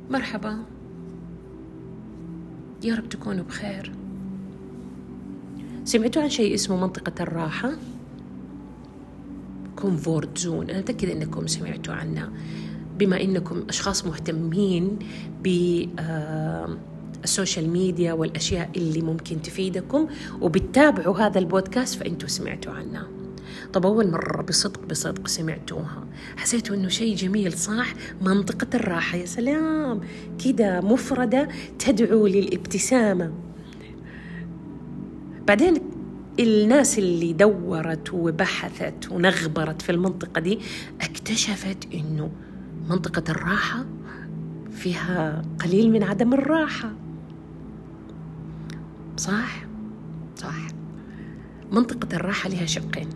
مرحبا، يا رب تكونوا بخير. سمعتوا عن شيء اسمه منطقة الراحة؟ كومفورت زون. أنا أتأكد أنكم سمعتوا عنها بما أنكم أشخاص مهتمين بالسوشيال ميديا والأشياء اللي ممكن تفيدكم وبتتابعوا هذا البودكاست، فأنتوا سمعتوا عنها. طب أول مرة بصدق سمعتوها، حسيتوا أنه شيء جميل صح؟ منطقة الراحة، يا سلام، كده مفردة تدعو للابتسامة. بعدين الناس اللي دورت وبحثت ونغبرت في المنطقة دي اكتشفت أنه منطقة الراحة فيها قليل من عدم الراحة. صح؟ منطقة الراحة لها شقين.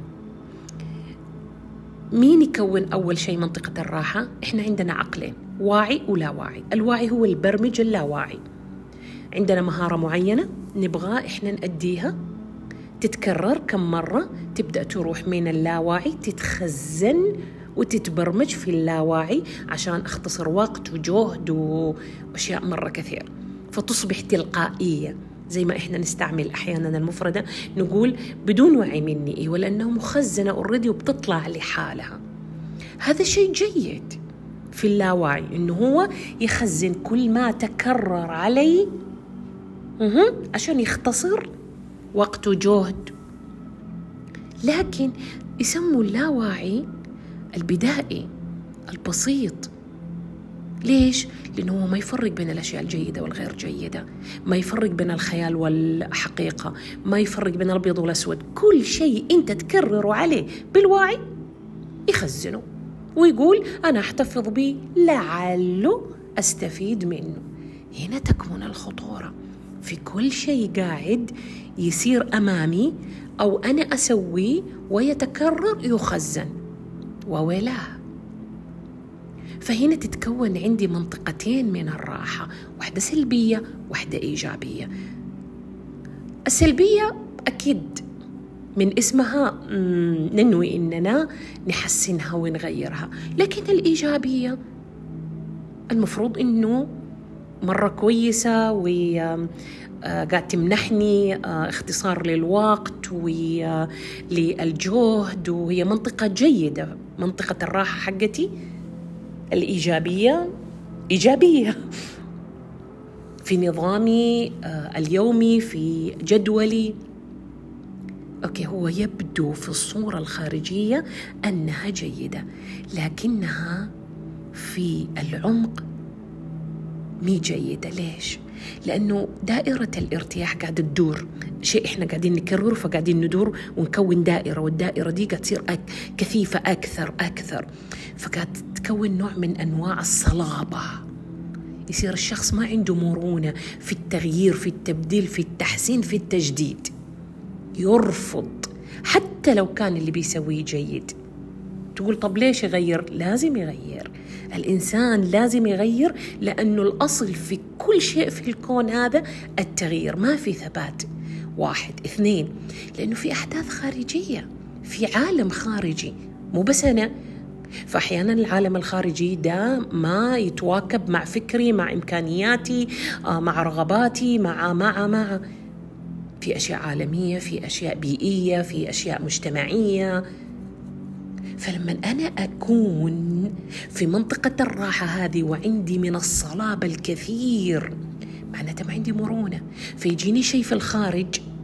مين يكون أول شيء منطقة الراحة؟ إحنا عندنا عقلين، واعي ولا واعي. الواعي هو البرمج اللاواعي. عندنا مهارة معينة نبغى إحنا نأديها، تتكرر كم مرة، تبدأ تروح من اللاواعي تتخزن وتتبرمج في اللاواعي عشان أختصر وقت وجهد وأشياء مرة كثير، فتصبح تلقائية. زي ما إحنا نستعمل أحيانا المفردة نقول بدون وعي مني، ولأنه مخزنة أوريدي وبتطلع لحالها. هذا شيء جيد في اللاواعي، إنه هو يخزن كل ما تكرر عليه عشان يختصر وقت وجهد. لكن يسموا اللاواعي البدائي البسيط. ليش؟ لأنه هو ما يفرق بين الأشياء الجيدة والغير جيدة، ما يفرق بين الخيال والحقيقة، ما يفرق بين الأبيض والأسود. كل شيء أنت تكرره عليه بالواعي يخزنه ويقول أنا أحتفظ به لعله أستفيد منه. هنا تكمن الخطورة في كل شيء قاعد يصير أمامي أو أنا أسويه ويتكرر يخزن وولاه. فهنا تتكون عندي منطقتين من الراحة، واحدة سلبية واحدة إيجابية. السلبية أكيد من اسمها ننوي إننا نحسنها ونغيرها، لكن الإيجابية المفروض إنه مرة كويسة وقاعد تمنحني اختصار للوقت وللجهد، وهي منطقة جيدة. منطقة الراحة حقتي الإيجابية إيجابية في نظامي اليومي، في جدولي. أوكي، هو يبدو في الصورة الخارجية أنها جيدة، لكنها في العمق مي جيدة. ليش؟ لأنه دائرة الارتياح قاعدة تدور، شيء إحنا قاعدين نكرره فقاعدين ندور ونكون دائرة، والدائرة دي قاعد تصير كثيفة أكثر، فقاعد تكون نوع من أنواع الصلابة. يصير الشخص ما عنده مرونة في التغيير، في التبديل، في التحسين، في التجديد. يرفض حتى لو كان اللي بيسويه جيد. تقول طب ليش يغير؟ لازم يغير، الإنسان لازم يغير، لأنه الأصل في كل شيء في الكون هذا التغيير، ما في ثبات. 1 2، لأنه في أحداث خارجية، في عالم خارجي مو بس أنا. فأحيانا العالم الخارجي ده ما يتواكب مع فكري، مع إمكانياتي، مع رغباتي، مع في أشياء عالمية، في أشياء بيئية، في أشياء مجتمعية. فلما أنا أكون في منطقة الراحة هذه وعندي من الصلابة الكثير، معناته ما عندي مرونة، فيجيني شيء في الخارج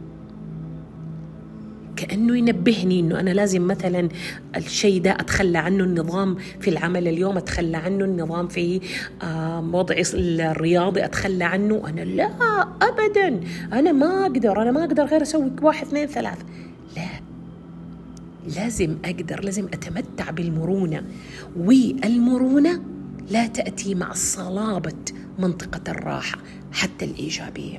كأنه ينبهني إنه أنا لازم مثلا الشيء ده أتخلى عنه، النظام في العمل اليوم أتخلى عنه، النظام في وضع الرياضي أتخلى عنه. أنا لا أبدا، أنا ما أقدر غير أسوي 1 2 3. لا، لازم أقدر، لازم أتمتع بالمرونة، والمرونة لا تأتي مع صلابة منطقة الراحة حتى الإيجابية.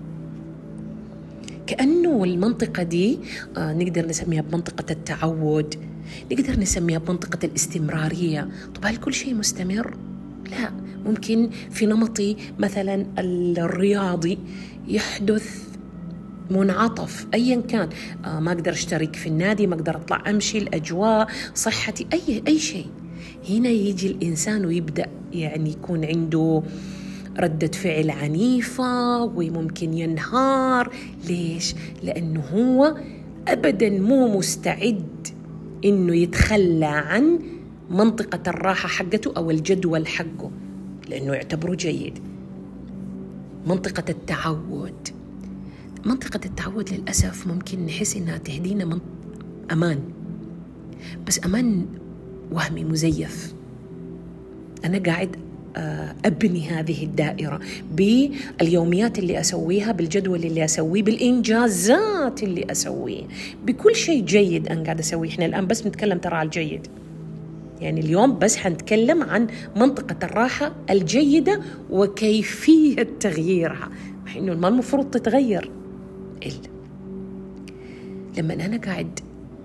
كأنه المنطقة دي نقدر نسميها بمنطقة التعود، نقدر نسميها بمنطقة الاستمرارية. طب هل كل شيء مستمر؟ لا، ممكن في نمطي مثلا الرياضي يحدث منعطف أيا كان، ما أقدر أشترك في النادي، ما أقدر أطلع أمشي، الأجواء، صحتي، أي شيء. هنا يجي الإنسان ويبدأ يعني يكون عنده ردة فعل عنيفة وممكن ينهار. ليش؟ لأنه هو أبداً مو مستعد إنه يتخلى عن منطقة الراحة حقته أو الجدول حقه لأنه يعتبره جيد. منطقة التعود للأسف ممكن نحس إنها تهدينا أمان، بس أمان وهمي مزيف. أنا قاعد أبني هذه الدائرة باليوميات اللي أسويها، بالجدول اللي أسويه، بالإنجازات اللي أسويه، بكل شيء جيد أنا قاعد أسويه. إحنا الآن بس نتكلم ترى على الجيد، يعني اليوم بس حنتكلم عن منطقة الراحة الجيدة وكيفية تغييرها، إنه ما المفروض تتغير إلا لما أنا قاعد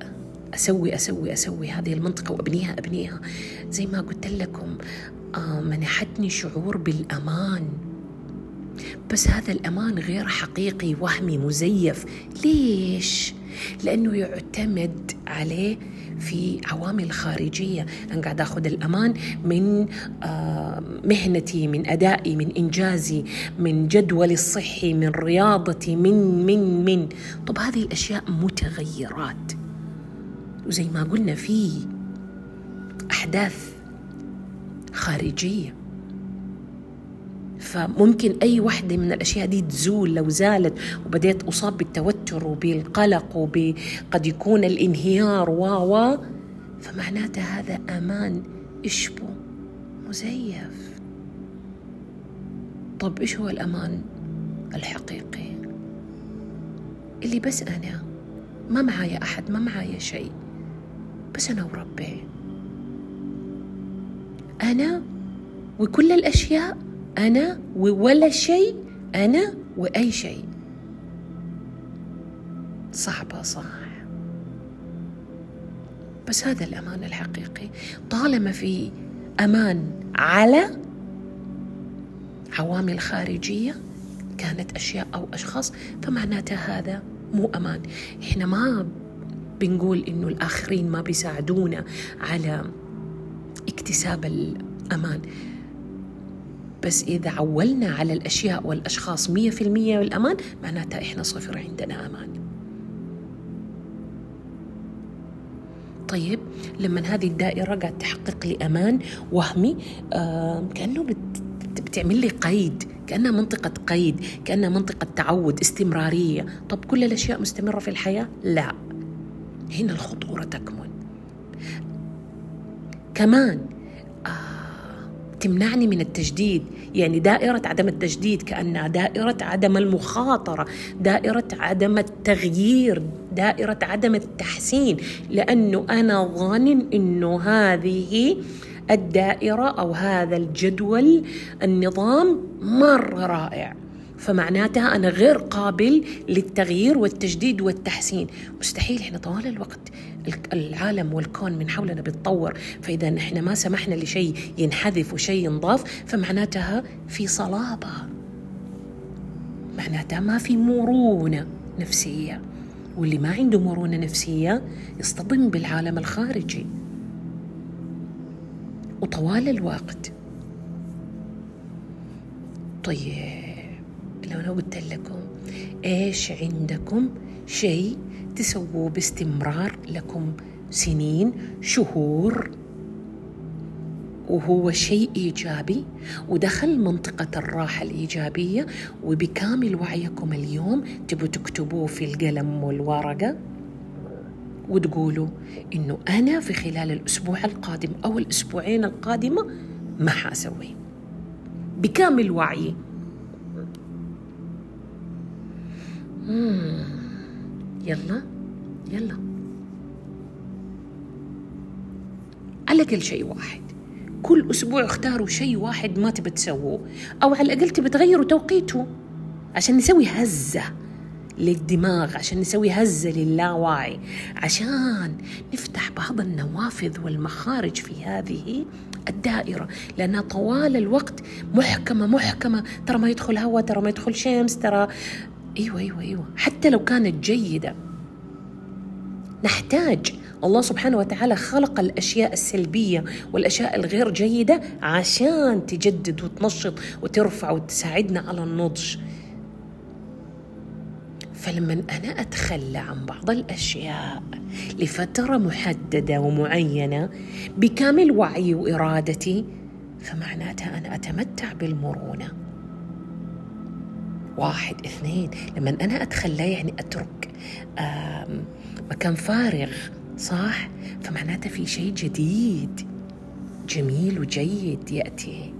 أسوي هذه المنطقة وأبنيها زي ما قلت لكم. منحتني شعور بالأمان، بس هذا الأمان غير حقيقي، وهمي مزيف. ليش؟ لأنه يعتمد عليه في عوامل خارجية. أنا قاعد أخذ الأمان من مهنتي، من أدائي، من إنجازي، من جدولي الصحي، من رياضتي، من طب هذه الأشياء متغيرات، وزي ما قلنا في أحداث خارجية، فممكن أي واحدة من الأشياء دي تزول. لو زالت وبدأت أصاب بالتوتر وبالقلق وقد يكون الانهيار فمعناته هذا أمان إشبه مزيف. طب إيش هو الأمان الحقيقي؟ اللي بس أنا، ما معايا أحد، ما معايا شيء، بس أنا وربي، أنا وكل الأشياء، أنا ولا شيء، أنا وأي شيء. صعبة صح، بس هذا الأمان الحقيقي. طالما في أمان على عوامل خارجية كانت أشياء أو أشخاص، فمعناته هذا مو أمان. إحنا ما بنقول إنه الآخرين ما بيساعدونا على اكتساب الأمان، بس إذا عولنا على الأشياء والأشخاص 100% بالأمان، معناتها إحنا صفر عندنا أمان. طيب لما هذه الدائرة قاعد تحقق لي أمان وهمي، كأنه بتعمل لي قيد، كأنها منطقة قيد، كأنها منطقة تعود، استمرارية. طب كل الأشياء مستمرة في الحياة؟ لا، هنا الخطورة تكمن. كمان تمنعني من التجديد، يعني دائرة عدم التجديد كأنها دائرة عدم المخاطرة، دائرة عدم التغيير، دائرة عدم التحسين، لأنه أنا ظانن أنه هذه الدائرة أو هذا الجدول النظام مرة رائع، فمعناتها أنا غير قابل للتغيير والتجديد والتحسين. مستحيل، إحنا طوال الوقت العالم والكون من حولنا بيتطور، فإذا إحنا ما سمحنا لشيء ينحذف وشيء ينضاف، فمعناتها في صلابة، معناتها ما في مرونة نفسية، واللي ما عنده مرونة نفسية يصطدم بالعالم الخارجي وطوال الوقت. طيب لو أنا قلت لكم إيش عندكم شيء تسووه باستمرار لكم سنين، شهور، وهو شيء إيجابي ودخل منطقة الراحة الإيجابية، وبكامل وعيكم اليوم تبوا تكتبوه في القلم والورقة وتقولوا إنه أنا في خلال الأسبوع القادم أو الأسبوعين القادمة ما حاسوي بكامل وعي. يلا على كل شيء واحد، كل أسبوع اختاروا شيء واحد ما تبي تسووه، أو على الأقل تبي تغيروا توقيته عشان نسوي هزة للدماغ، عشان نسوي هزة للاوعي، عشان نفتح بعض النوافذ والمخارج في هذه الدائرة، لأنها طوال الوقت محكمة. ترى ما يدخل هواء، ترى ما يدخل شمس، ترى أيوة. حتى لو كانت جيدة نحتاج الله سبحانه وتعالى خلق الأشياء السلبية والأشياء الغير جيدة عشان تجدد وتنشط وترفع وتساعدنا على النضج. فلما أنا أتخلى عن بعض الأشياء لفترة محددة ومعينة بكامل وعي وإرادتي، فمعناتها أنا أتمتع بالمرونة. 1 2، لما أنا أتخلى يعني أترك مكان فارغ، صح؟ فمعناتها في شيء جديد جميل وجيد يأتي.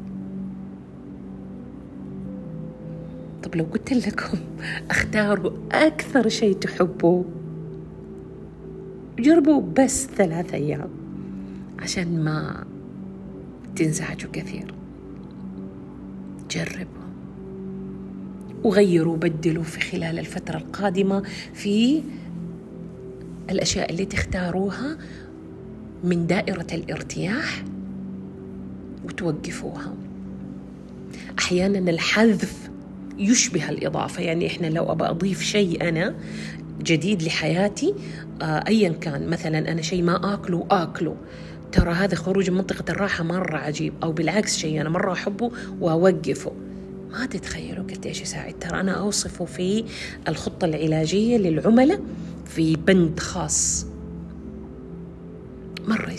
طب لو قلت لكم اختاروا أكثر شيء تحبوه، جربوا بس 3 أيام عشان ما تنزعجوا كثير. جربوا وغيروا وبدلوا في خلال الفترة القادمة في الأشياء اللي تختاروها من دائرة الارتياح وتوقفوها. أحيانا الحذف يشبه الإضافة، يعني إحنا لو أبى أضيف شيء أنا جديد لحياتي أيا كان، مثلا أنا شيء ما أكله، ترى هذا خروج من منطقة الراحة مرة عجيب، أو بالعكس شيء أنا مرة أحبه وأوقفه، ما تتخيلوا قديش يساعد. ترى أنا أوصفه في الخطة العلاجية للعملاء في بند خاص، مرة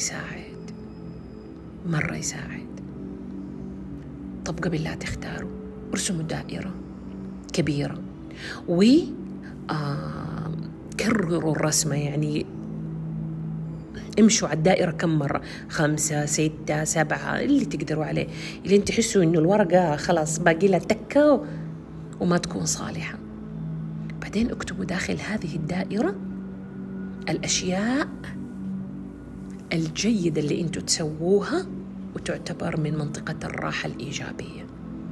يساعد. طب قبل لا تختاروا ارسموا دائرة كبيرة كرروا الرسمة، يعني امشوا على الدائرة كم مرة، 5 6 7 اللي تقدروا عليه، اللي انت تحسوا انه الورقة خلاص باقي لها تكة وما تكون صالحة. بعدين اكتبوا داخل هذه الدائرة الأشياء الجيدة اللي انتوا تسووها وتعتبر من منطقة الراحة الإيجابية،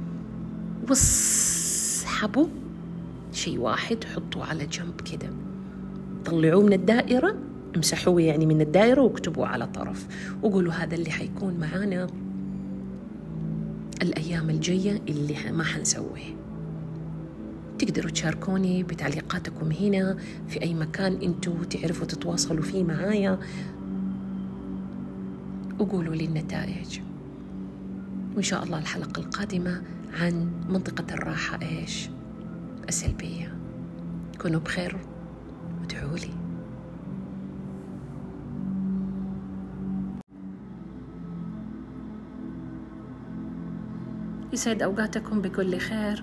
واسحبوا شيء واحد حطوه على جنب كده، طلعوه من الدائرة، امسحوه يعني من الدائرة واكتبوه على طرف، وقولوا هذا اللي حيكون معانا الأيام الجاية اللي ما حنسويه. تقدروا تشاركوني بتعليقاتكم هنا في أي مكان انتوا تعرفوا تتواصلوا فيه معايا، وقولوا لي النتائج. وإن شاء الله الحلقة القادمة عن منطقة الراحة السلبية. كونوا بخير وادعوا لي. يسعد أوقاتكم بكل خير.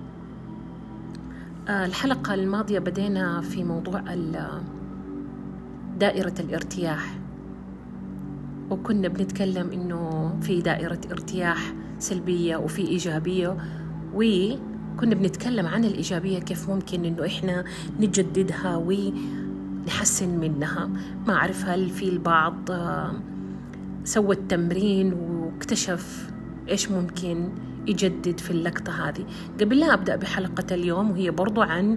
الحلقة الماضية بدينا في موضوع دائرة الارتياح، وكنا بنتكلم إنه في دائرة ارتياح سلبية وفي إيجابية، وكنا بنتكلم عن الإيجابية كيف ممكن إنه إحنا نجددها ونحسن منها. ما أعرف هل في البعض سوى التمرين واكتشف إيش ممكن يجدد في اللقطة هذه. قبل لا أبدأ بحلقة اليوم وهي برضو عن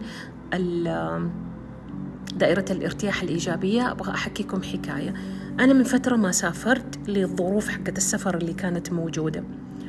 دائرة الارتياح الإيجابية، أبغى أحكيكم حكاية. أنا من فترة ما سافرت للظروف حقت السفر اللي كانت موجودة،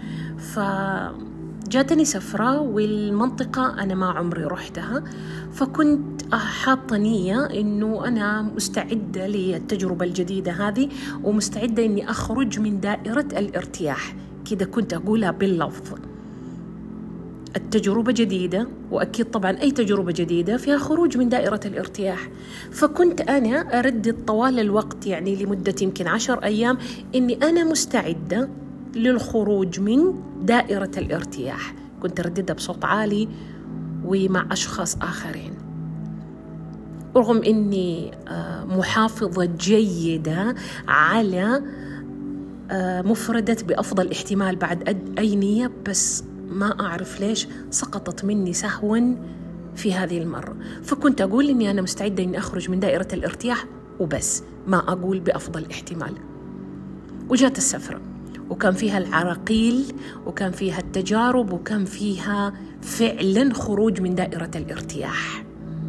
فجاتني سفرة والمنطقة أنا ما عمري رحتها، فكنت حاطة نية إنه أنا مستعدة للتجربة الجديدة هذه ومستعدة إني أخرج من دائرة الارتياح. كده كنت أقولها باللفظ، التجربة جديدة، وأكيد طبعا أي تجربة جديدة فيها خروج من دائرة الارتياح. فكنت أنا أردد طوال الوقت، يعني لمدة يمكن 10 أيام، إني أنا مستعدة للخروج من دائرة الارتياح. كنت أرددها بصوت عالي ومع أشخاص آخرين، رغم إني محافظة جيدة على مفردة بأفضل احتمال بعد أي نية، بس ما أعرف ليش سقطت مني سهوا في هذه المرة. فكنت أقول إني أنا مستعدة إني أخرج من دائرة الارتياح وبس، ما أقول بأفضل احتمال. وجات السفرة وكان فيها العراقيل وكان فيها التجارب وكان فيها فعلا خروج من دائرة الارتياح.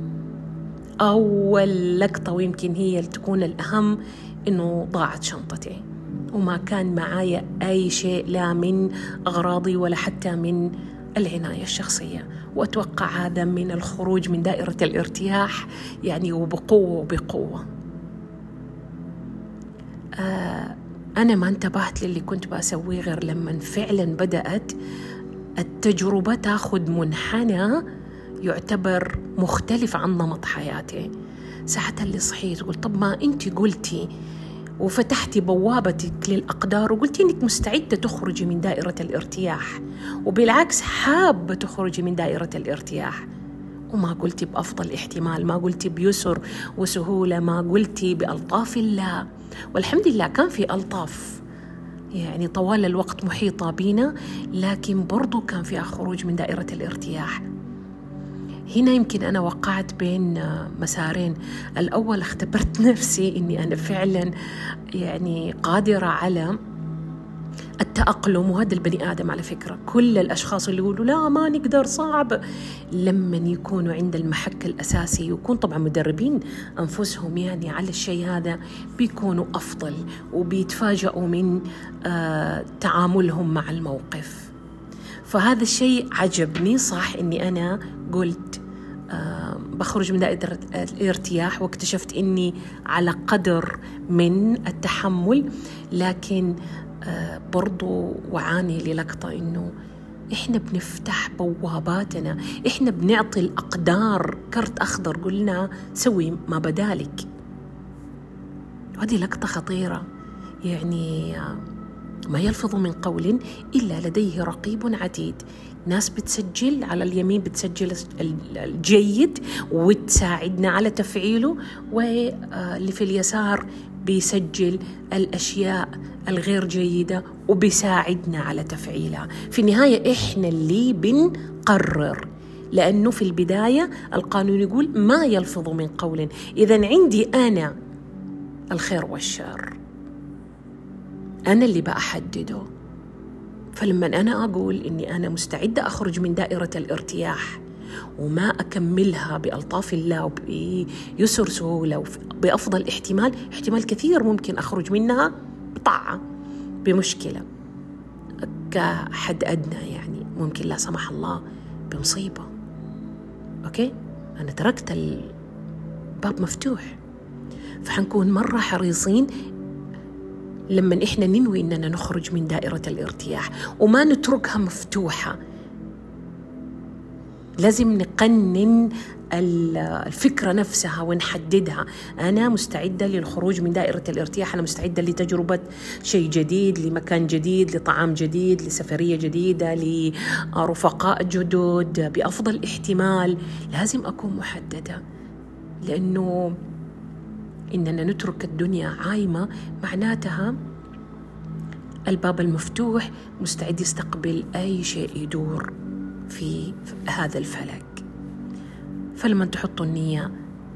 أول لقطة ويمكن هي اللي تكون الأهم، إنه ضاعت شنطتي وما كان معايا أي شيء، لا من أغراضي ولا حتى من العناية الشخصية. وأتوقع هذا من الخروج من دائرة الارتياح، يعني وبقوة. أنا ما انتبهت للي كنت بسويه غير لما فعلا بدأت التجربة تاخد منحنى يعتبر مختلف عن نمط حياتي. ساعتها اللي صحيت قلت طب ما أنت قلتي وفتحتي بوابتك للأقدار وقلتي إنك مستعدة تخرجي من دائرة الارتياح، وبالعكس حابة تخرجي من دائرة الارتياح، وما قلتي بأفضل احتمال، ما قلتي بيسر وسهولة، ما قلتي بألطاف الله. والحمد لله كان في ألطاف يعني طوال الوقت محيطة بينا، لكن برضو كان فيها خروج من دائرة الارتياح. هنا يمكن أنا وقعت بين مسارين. الأول اختبرت نفسي إني أنا فعلا يعني قادرة على التأقلم، وهذا البني آدم على فكرة كل الأشخاص اللي يقولوا لا ما نقدر صعب، لما يكونوا عند المحك الأساسي يكون طبعا مدربين أنفسهم يعني على الشيء هذا بيكونوا أفضل وبيتفاجئوا من تعاملهم مع الموقف. فهذا الشيء عجبني صح، إني أنا قلت بخرج من دائرة الارتياح، واكتشفت إني على قدر من التحمل، لكن برضو وعاني للقطة إنه إحنا بنفتح بواباتنا، إحنا بنعطي الأقدار كرت أخضر، قلنا سوي ما بدالك. وهذه لقطة خطيرة، يعني ما يلفظ من قول إلا لديه رقيب عتيد. ناس بتسجل على اليمين، بتسجل الجيد وتساعدنا على تفعيله، واللي في اليسار بيسجل الأشياء الغير جيدة وبيساعدنا على تفعيلها. في النهاية إحنا اللي بنقرر، لأنه في البداية القانون يقول ما يلفظ من قول، إذن عندي أنا الخير والشر، أنا اللي بأحدده. فلما أنا أقول إني أنا مستعدة أخرج من دائرة الارتياح وما أكملها بألطاف الله وبيسر سهولة وبأفضل احتمال كثير ممكن أخرج منها بطاعة، بمشكلة كحد أدنى، يعني ممكن لا سمح الله بمصيبة. أوكي، أنا تركت الباب مفتوح. فحنكون مرة حريصين لما إحنا ننوي إننا نخرج من دائرة الارتياح وما نتركها مفتوحة. لازم نقنن الفكرة نفسها ونحددها. أنا مستعدة للخروج من دائرة الارتياح، أنا مستعدة لتجربة شيء جديد، لمكان جديد، لطعام جديد، لسفرية جديدة، لرفقاء جدد بأفضل احتمال. لازم أكون محددة، لأنه إننا نترك الدنيا عايمة معناتها الباب المفتوح مستعد يستقبل أي شيء يدور في هذا الفلك. فلما تحطوا النية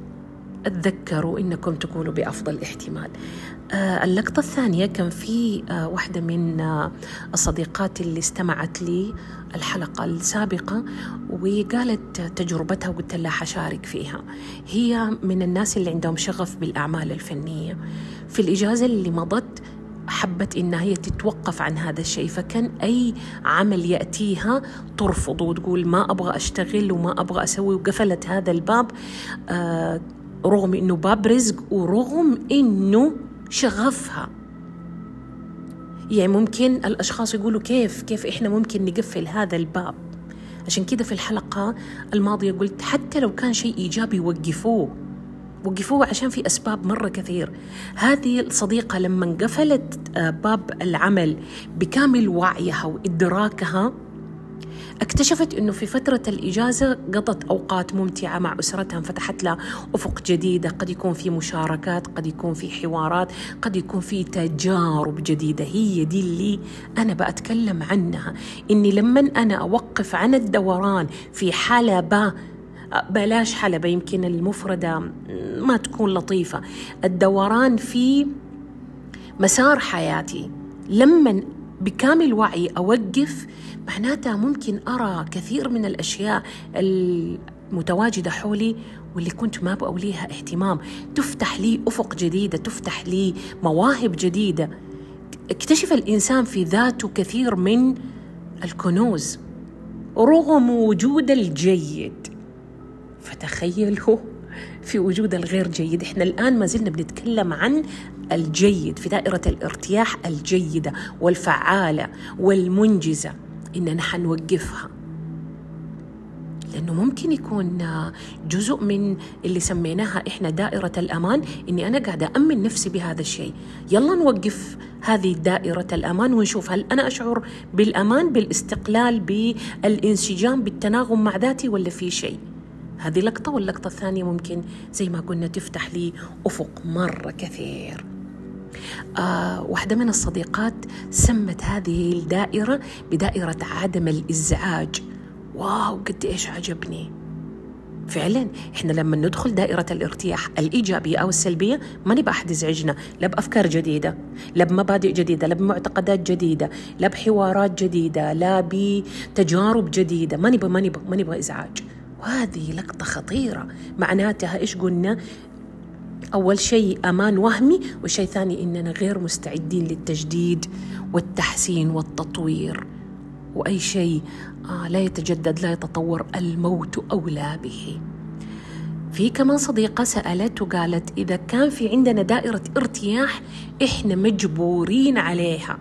اتذكروا إنكم تكونوا بأفضل احتمال. اللقطة الثانية كان في واحدة من الصديقات اللي استمعت لي الحلقة السابقة وقالت تجربتها، وقلت لها حشارك فيها. هي من الناس اللي عندهم شغف بالأعمال الفنية. في الإجازة اللي مضت حبت إنها هي تتوقف عن هذا الشيء، فكان أي عمل يأتيها ترفض وتقول ما أبغى أشتغل وما أبغى أسوي، وقفلت هذا الباب رغم إنه باب رزق ورغم إنه شغفها. يعني ممكن الأشخاص يقولوا كيف إحنا ممكن نقفل هذا الباب. عشان كده في الحلقة الماضية قلت حتى لو كان شيء إيجابي وقفوه عشان في أسباب مرة كثير. هذه الصديقة لما قفلت باب العمل بكامل وعيها وإدراكها اكتشفت أنه في فترة الإجازة قضت أوقات ممتعة مع أسرتها، فتحت لها أفق جديدة، قد يكون في مشاركات، قد يكون في حوارات، قد يكون في تجارب جديدة. هي دي اللي أنا بأتكلم عنها، إني لما أنا أوقف عن الدوران في حلبة، بلاش حلبة يمكن المفردة ما تكون لطيفة، الدوران في مسار حياتي، لما بكامل وعي أوقف معناتها ممكن أرى كثير من الأشياء المتواجدة حولي واللي كنت ما بأوليها اهتمام، تفتح لي أفق جديدة، تفتح لي مواهب جديدة. اكتشف الإنسان في ذاته كثير من الكنوز رغم وجود الجيد، فتخيلوا في وجود الغير جيد. احنا الآن ما زلنا بنتكلم عن الجيد، في دائرة الارتياح الجيدة والفعالة والمنجزة، إننا حنوقفها. لأنه ممكن يكون جزء من اللي سميناها إحنا دائرة الأمان، إني أنا قاعدة أمن نفسي بهذا الشيء. يلا نوقف هذه دائرة الأمان ونشوف هل أنا أشعر بالأمان، بالاستقلال، بالانسجام، بالتناغم مع ذاتي، ولا في شيء. هذه لقطة، واللقطة الثانية ممكن زي ما قلنا تفتح لي أفق مرة كثير. واحدة من الصديقات سمت هذه الدائرة بدائرة عدم الإزعاج. واو، قد إيش عجبني فعلا. إحنا لما ندخل دائرة الارتياح الإيجابية أو السلبية ما نبقى أحد يزعجنا، لا بأفكار جديدة، لا بمبادئ جديدة، لا بمعتقدات جديدة، لا بحوارات جديدة، لا بتجارب جديدة. ما نبغى إزعاج. وهذه لقطة خطيرة. معناتها إيش قلنا؟ أول شيء أمان وهمي، والشيء الثاني إننا غير مستعدين للتجديد والتحسين والتطوير. وأي شيء لا يتجدد لا يتطور الموت أولى به. في كمان صديقة سألت وقالت إذا كان في عندنا دائرة ارتياح إحنا مجبورين عليها،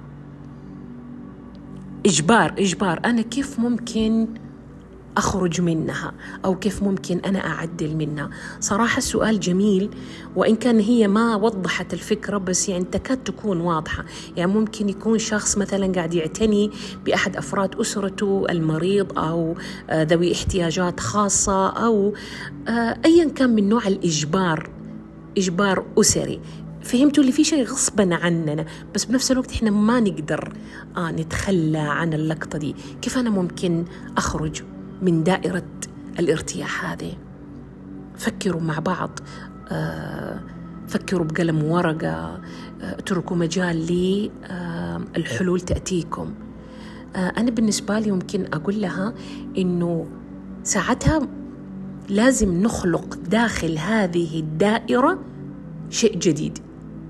إجبار، أنا كيف ممكن أخرج منها، أو كيف ممكن أنا أعدل منها؟ صراحة السؤال جميل، وإن كان هي ما وضحت الفكرة، بس يعني تكاد تكون واضحة. يعني ممكن يكون شخص مثلا قاعد يعتني بأحد أفراد أسرته المريض، أو ذوي احتياجات خاصة، أو أيا كان من نوع الإجبار، إجبار أسري. فهمتوا اللي في شيء غصبا عننا، بس بنفس الوقت إحنا ما نقدر نتخلى عن اللقطة دي. كيف أنا ممكن أخرج من دائرة الارتياح هذه؟ فكروا مع بعض، فكروا بقلم ورقة، اتركوا مجال للحلول تأتيكم. أنا بالنسبة لي ممكن أقول لها إنه ساعتها لازم نخلق داخل هذه الدائرة شيء جديد.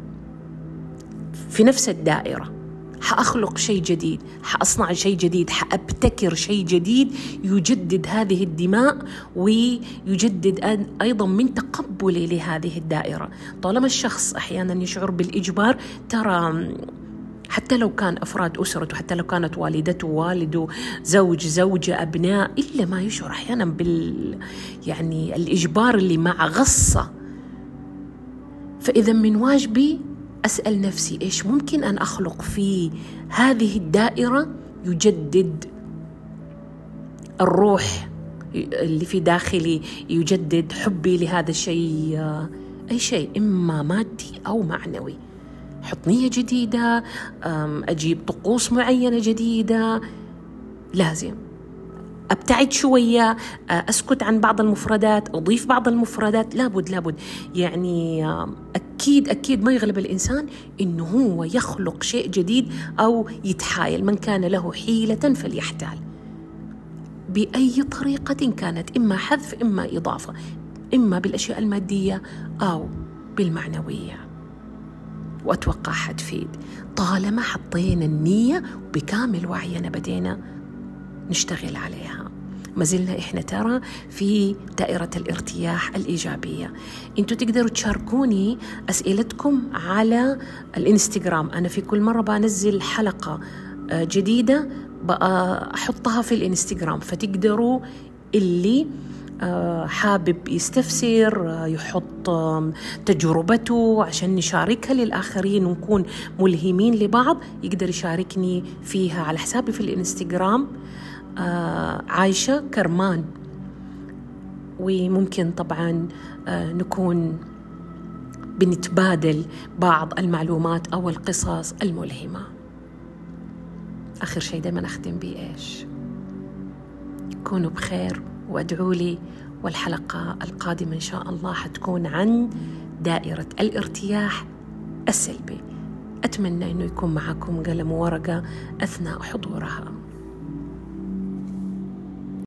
في نفس الدائرة حأخلق شيء جديد، حأصنع شيء جديد، حأبتكر شيء جديد يجدد هذه الدماء، ويجدد أيضا من تقبلي لهذه الدائرة. طالما الشخص أحيانا يشعر بالإجبار، ترى حتى لو كان أفراد أسرته، حتى لو كانت والدته، والده، زوج، زوجة، أبناء، إلا ما يشعر أحيانا يعني الإجبار اللي مع غصة. فإذا من واجبي أسأل نفسي إيش ممكن أن أخلق في هذه الدائرة يجدد الروح اللي في داخلي، يجدد حبي لهذا الشيء، أي شيء إما مادي أو معنوي. حط نية جديدة، أجيب طقوس معينة جديدة، لازم أبتعد شوية، أسكت عن بعض المفردات، أضيف بعض المفردات. لابد يعني أكيد ما يغلب الإنسان إنه هو يخلق شيء جديد أو يتحايل. من كان له حيلة فليحتال بأي طريقة كانت، إما حذف، إما إضافة، إما بالأشياء المادية أو بالمعنوية. وأتوقع حتفيد طالما حطينا النية بكامل وعينا، بدينا نشتغل عليها. ما زلنا إحنا ترى في دائرة الارتياح الإيجابية. أنتوا تقدروا تشاركوني أسئلتكم على الإنستغرام. أنا في كل مرة بنزل حلقة جديدة بأحطها في الإنستغرام، فتقدروا اللي حابب يستفسر يحط تجربته عشان نشاركها للآخرين ونكون ملهمين لبعض، يقدر يشاركني فيها على حسابي في الإنستغرام عايشة كرمان. وممكن طبعا نكون بنتبادل بعض المعلومات أو القصص الملهمة. آخر شيء دائما أختم بيه إيش؟ كونوا بخير وادعوا لي، والحلقة القادمة إن شاء الله حتكون عن دائرة الارتياح السلبي. أتمنى أنه يكون معكم قلم وورقة أثناء حضورها.